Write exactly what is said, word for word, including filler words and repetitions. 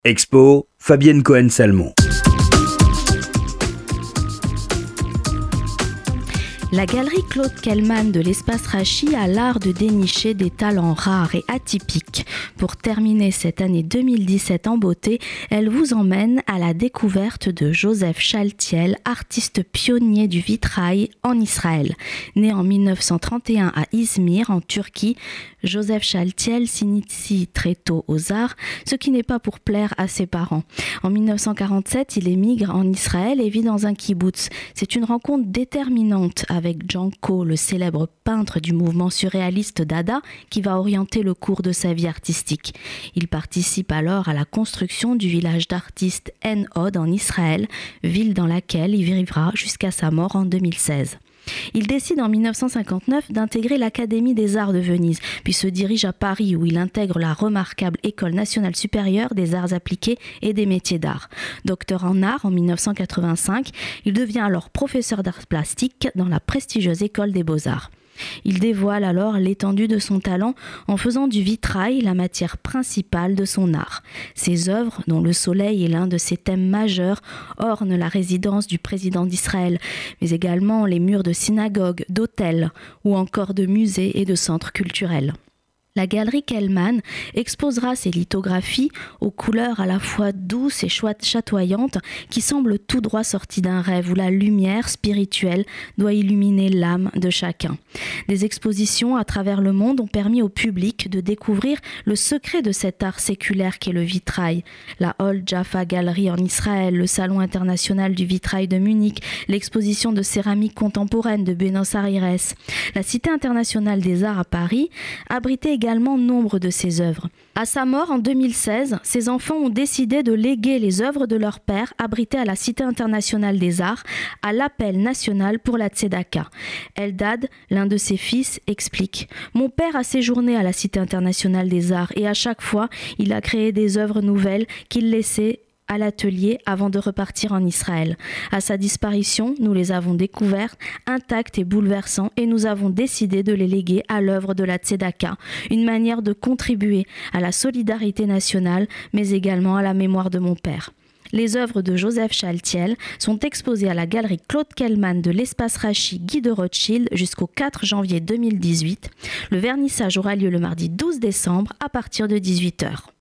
Expo, Fabienne Cohen-Salmon. La galerie Claude Kellman de l'Espace Rachi a l'art de dénicher des talents rares et atypiques. Pour terminer cette année deux mille dix-sept en beauté, elle vous emmène à la découverte de Joseph Shaltiel, artiste pionnier du vitrail en Israël. Né en mille neuf cent trente et un à Izmir, en Turquie, Joseph Shaltiel s'initie très tôt aux arts, ce qui n'est pas pour plaire à ses parents. En mille neuf cent quarante-sept, il émigre en Israël et vit dans un kibboutz. C'est une rencontre déterminante avec Janko, le célèbre peintre du mouvement surréaliste Dada, qui va orienter le cours de sa vie artistique. Il participe alors à la construction du village d'artistes En-Od en Israël, ville dans laquelle il vivra jusqu'à sa mort en deux mille seize. Il décide en mille neuf cent cinquante-neuf d'intégrer l'Académie des Arts de Venise, puis se dirige à Paris où il intègre la remarquable École nationale supérieure des arts appliqués et des métiers d'art. Docteur en art en mille neuf cent quatre-vingt-cinq, il devient alors professeur d'art plastique dans la prestigieuse École des Beaux-Arts. Il dévoile alors l'étendue de son talent en faisant du vitrail la matière principale de son art. Ses œuvres, dont le soleil est l'un de ses thèmes majeurs, ornent la résidence du président d'Israël, mais également les murs de synagogues, d'hôtels ou encore de musées et de centres culturels. La galerie Kellman exposera ses lithographies aux couleurs à la fois douces et chatoyantes qui semblent tout droit sorties d'un rêve où la lumière spirituelle doit illuminer l'âme de chacun. Des expositions à travers le monde ont permis au public de découvrir le secret de cet art séculaire qu'est le vitrail. La Old Jaffa Gallery en Israël, le Salon international du vitrail de Munich, l'exposition de céramique contemporaine de Buenos Aires. La Cité internationale des arts à Paris abritait également nombre de ses œuvres. À sa mort en deux mille seize, ses enfants ont décidé de léguer les œuvres de leur père abritées à la Cité internationale des arts à l'appel national pour la Tzedaka. Eldad, l'un de ses fils, explique « Mon père a séjourné à la Cité internationale des arts et à chaque fois, il a créé des œuvres nouvelles qu'il laissait à l'atelier avant de repartir en Israël. À sa disparition, nous les avons découvertes, intactes et bouleversantes, et nous avons décidé de les léguer à l'œuvre de la Tzedaka, une manière de contribuer à la solidarité nationale, mais également à la mémoire de mon père. » Les œuvres de Joseph Shaltiel sont exposées à la galerie Claude Kellman de l'Espace Rachi Guy de Rothschild jusqu'au quatre janvier deux mille dix-huit. Le vernissage aura lieu le mardi douze décembre à partir de dix-huit heures.